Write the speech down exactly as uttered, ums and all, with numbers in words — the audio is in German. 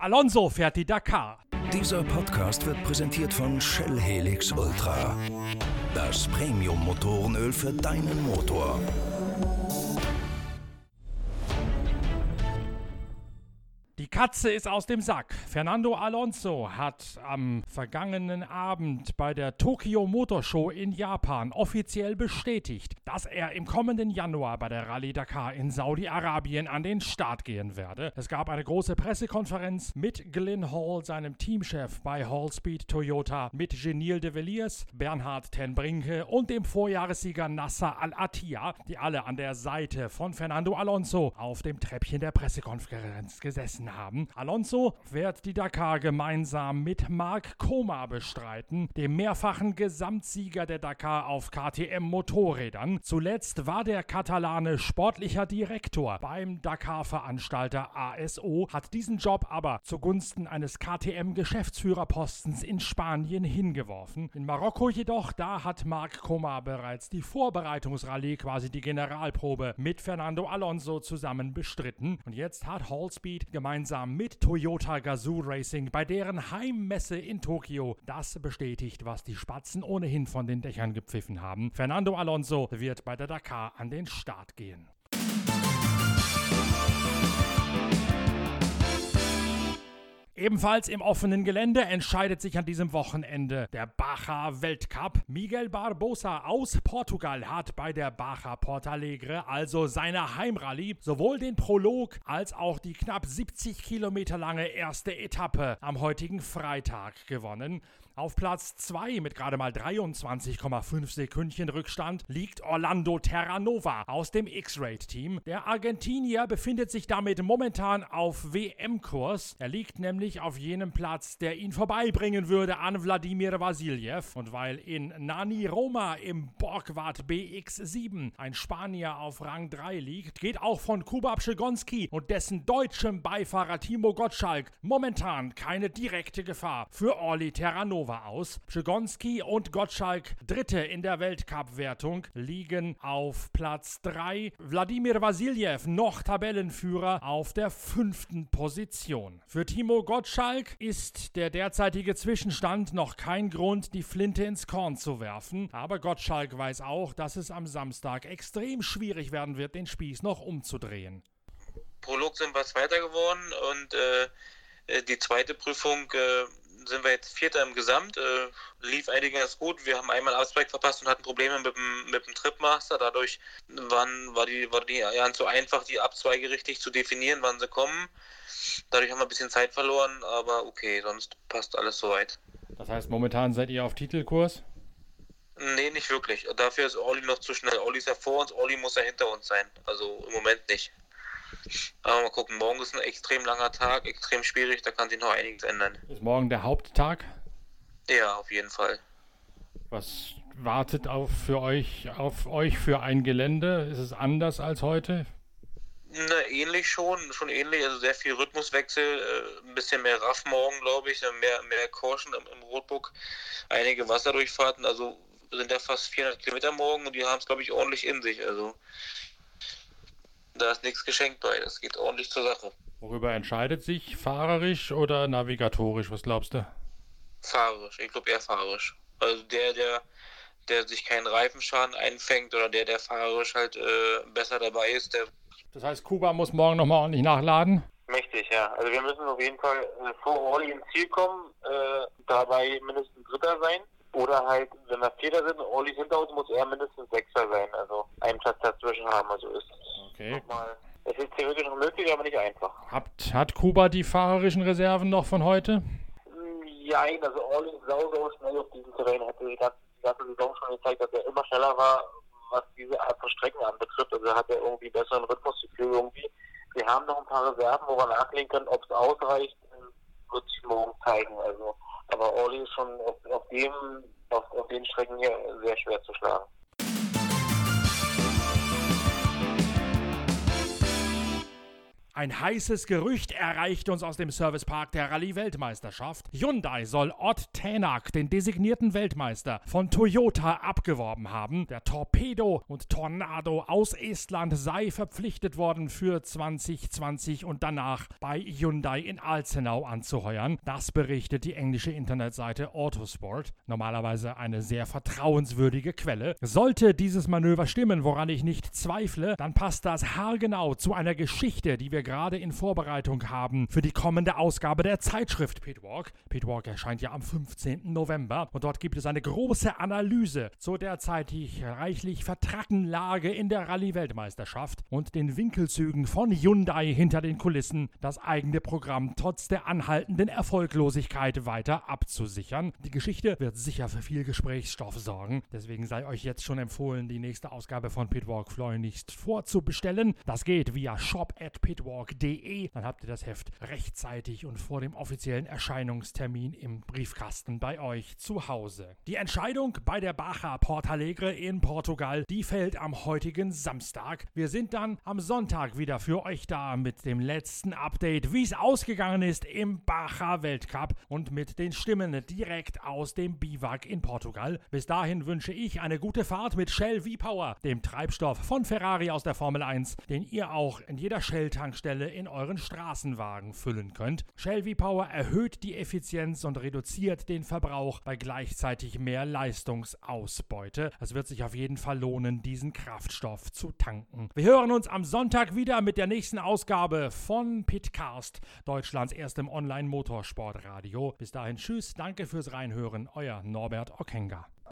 Alonso fährt die Dakar. Dieser Podcast wird präsentiert von Shell Helix Ultra. Das Premium-Motorenöl für deinen Motor. Die Katze ist aus dem Sack. Fernando Alonso hat am vergangenen Abend bei der Tokyo Motor Show in Japan offiziell bestätigt, dass er im kommenden Januar bei der Rallye Dakar in Saudi-Arabien an den Start gehen werde. Es gab eine große Pressekonferenz mit Glyn Hall, seinem Teamchef bei Hallspeed Toyota, mit Genil de Villiers, Bernhard ten Brinke und dem Vorjahressieger Nasser Al-Attiyah, die alle an der Seite von Fernando Alonso auf dem Treppchen der Pressekonferenz gesessen haben. Alonso wird die Dakar gemeinsam mit Marc Coma bestreiten, dem mehrfachen Gesamtsieger der Dakar auf K T M-Motorrädern. Zuletzt war der Katalane sportlicher Direktor beim Dakar-Veranstalter A S O, hat diesen Job aber zugunsten eines K T M-Geschäftsführerpostens in Spanien hingeworfen. In Marokko jedoch, da hat Marc Coma bereits die Vorbereitungsrallye, quasi die Generalprobe, mit Fernando Alonso zusammen bestritten. Und jetzt hat Hallspeed gemeinsam mit Toyota Gazoo Racing bei deren Heimmesse in Tokio das bestätigt, was die Spatzen ohnehin von den Dächern gepfiffen haben. Fernando Alonso wird bei der Dakar an den Start gehen. Ebenfalls im offenen Gelände entscheidet sich an diesem Wochenende der Baja Weltcup. Miguel Barbosa aus Portugal hat bei der Baja Portalegre, also seiner Heimrallye, sowohl den Prolog als auch die knapp siebzig Kilometer lange erste Etappe am heutigen Freitag gewonnen. Auf Platz zwei mit gerade mal dreiundzwanzig Komma fünf Sekündchen Rückstand liegt Orlando Terranova aus dem X-Rate-Team. Der Argentinier befindet sich damit momentan auf W M-Kurs. Er liegt nämlich auf jenem Platz, der ihn vorbeibringen würde an Wladimir Vasiljev. Und weil in Nani Roma im Borgward B X sieben ein Spanier auf Rang drei liegt, geht auch von Kuba Pszegonski und dessen deutschem Beifahrer Timo Gottschalk momentan keine direkte Gefahr für Orli Terranova aus. Pszegonski und Gottschalk, Dritte in der Weltcup-Wertung, liegen auf Platz drei. Wladimir Vasiljev, noch Tabellenführer, auf der fünften Position. Für Timo Gottschalk ist der derzeitige Zwischenstand noch kein Grund, die Flinte ins Korn zu werfen. Aber Gottschalk weiß auch, dass es am Samstag extrem schwierig werden wird, den Spieß noch umzudrehen. Prolog sind wir Zweiter geworden und äh, die zweite Prüfung äh, sind wir jetzt Vierter im Gesamt, äh, lief eigentlich ganz gut. Wir haben einmal Absprech verpasst und hatten Probleme mit dem, mit dem Tripmaster. Dadurch waren, war die, war die ja zu einfach, die Abzweige richtig zu definieren, wann sie kommen. Dadurch haben wir ein bisschen Zeit verloren, aber okay, sonst passt alles soweit. Das heißt, momentan seid ihr auf Titelkurs? Nee, nicht wirklich. Dafür ist Orli noch zu schnell. Orli ist ja vor uns, Orli muss ja hinter uns sein. Also im Moment nicht. Aber mal gucken, morgen ist ein extrem langer Tag, extrem schwierig, da kann sich noch einiges ändern. Ist morgen der Haupttag? Ja, auf jeden Fall. Was wartet auf für euch, auf euch für ein Gelände? Ist es anders als heute? Na, ähnlich schon, schon ähnlich, also sehr viel Rhythmuswechsel, äh, ein bisschen mehr Raff morgen, glaube ich, mehr, mehr Caution im, im Roadbook, einige Wasserdurchfahrten, also sind ja fast vierhundert Kilometer morgen und die haben es, glaube ich, ordentlich in sich, also da ist nichts geschenkt bei, das geht ordentlich zur Sache. Worüber entscheidet sich? Fahrerisch oder navigatorisch? Was glaubst du? Fahrerisch, ich glaube eher fahrerisch. Also der, der, der sich keinen Reifenschaden einfängt oder der, der fahrerisch halt äh, besser dabei ist, der... Das heißt, Kuba muss morgen nochmal ordentlich nachladen? Mächtig, ja. Also wir müssen auf jeden Fall äh, vor Orli ins Ziel kommen, äh, dabei mindestens Dritter sein. Oder halt, wenn wir Vierter sind und Orli hinter uns, muss er mindestens Sechster sein. Also einen Platz dazwischen haben. Also ist okay. Nochmal, es ist theoretisch noch möglich, aber nicht einfach. Habt, hat Kuba die fahrerischen Reserven noch von heute? Ja, also Orli ist sau, sau schnell auf diesem Terrain. Hatte die ganze, die ganze Saison schon gezeigt, dass er immer schneller war, was diese Art von Strecken anbetrifft. Also hat er irgendwie besseren Rhythmusgefühl irgendwie. Wir haben noch ein paar Reserven, wo wir nachlegen können. Ob es ausreicht, wird sich morgen zeigen. Also, aber Orli ist schon auf, auf, dem, auf, auf den Strecken hier sehr schwer zu schlagen. Ein heißes Gerücht erreicht uns aus dem Servicepark der Rallye-Weltmeisterschaft. Hyundai soll Ott Tänak, den designierten Weltmeister, von Toyota abgeworben haben. Der Torpedo und Tornado aus Estland sei verpflichtet worden für zwanzig zwanzig und danach bei Hyundai in Alzenau anzuheuern. Das berichtet die englische Internetseite Autosport. Normalerweise eine sehr vertrauenswürdige Quelle. Sollte dieses Manöver stimmen, woran ich nicht zweifle, dann passt das haargenau zu einer Geschichte, die wir gerade in Vorbereitung haben für die kommende Ausgabe der Zeitschrift Pitwalk. Pitwalk erscheint ja am fünfzehnten November und dort gibt es eine große Analyse zur derzeitig reichlich vertrackten Lage in der Rallye-Weltmeisterschaft und den Winkelzügen von Hyundai hinter den Kulissen, das eigene Programm trotz der anhaltenden Erfolglosigkeit weiter abzusichern. Die Geschichte wird sicher für viel Gesprächsstoff sorgen, deswegen sei euch jetzt schon empfohlen, die nächste Ausgabe von Pitwalk schleunigst vorzubestellen. Das geht via shop at pitwalk punkt de, dann habt ihr das Heft rechtzeitig und vor dem offiziellen Erscheinungstermin im Briefkasten bei euch zu Hause. Die Entscheidung bei der Baja Portalegre in Portugal, die fällt am heutigen Samstag. Wir sind dann am Sonntag wieder für euch da mit dem letzten Update, wie es ausgegangen ist im Baja Weltcup und mit den Stimmen direkt aus dem Biwak in Portugal. Bis dahin wünsche ich eine gute Fahrt mit Shell V-Power, dem Treibstoff von Ferrari aus der Formel eins, den ihr auch in jeder Shell-Tankstelle in euren Straßenwagen füllen könnt. Shell V-Power erhöht die Effizienz und reduziert den Verbrauch bei gleichzeitig mehr Leistungsausbeute. Es wird sich auf jeden Fall lohnen, diesen Kraftstoff zu tanken. Wir hören uns am Sonntag wieder mit der nächsten Ausgabe von Pitcast, Deutschlands erstem Online-Motorsportradio. Bis dahin, tschüss, danke fürs Reinhören, euer Norbert Okenga.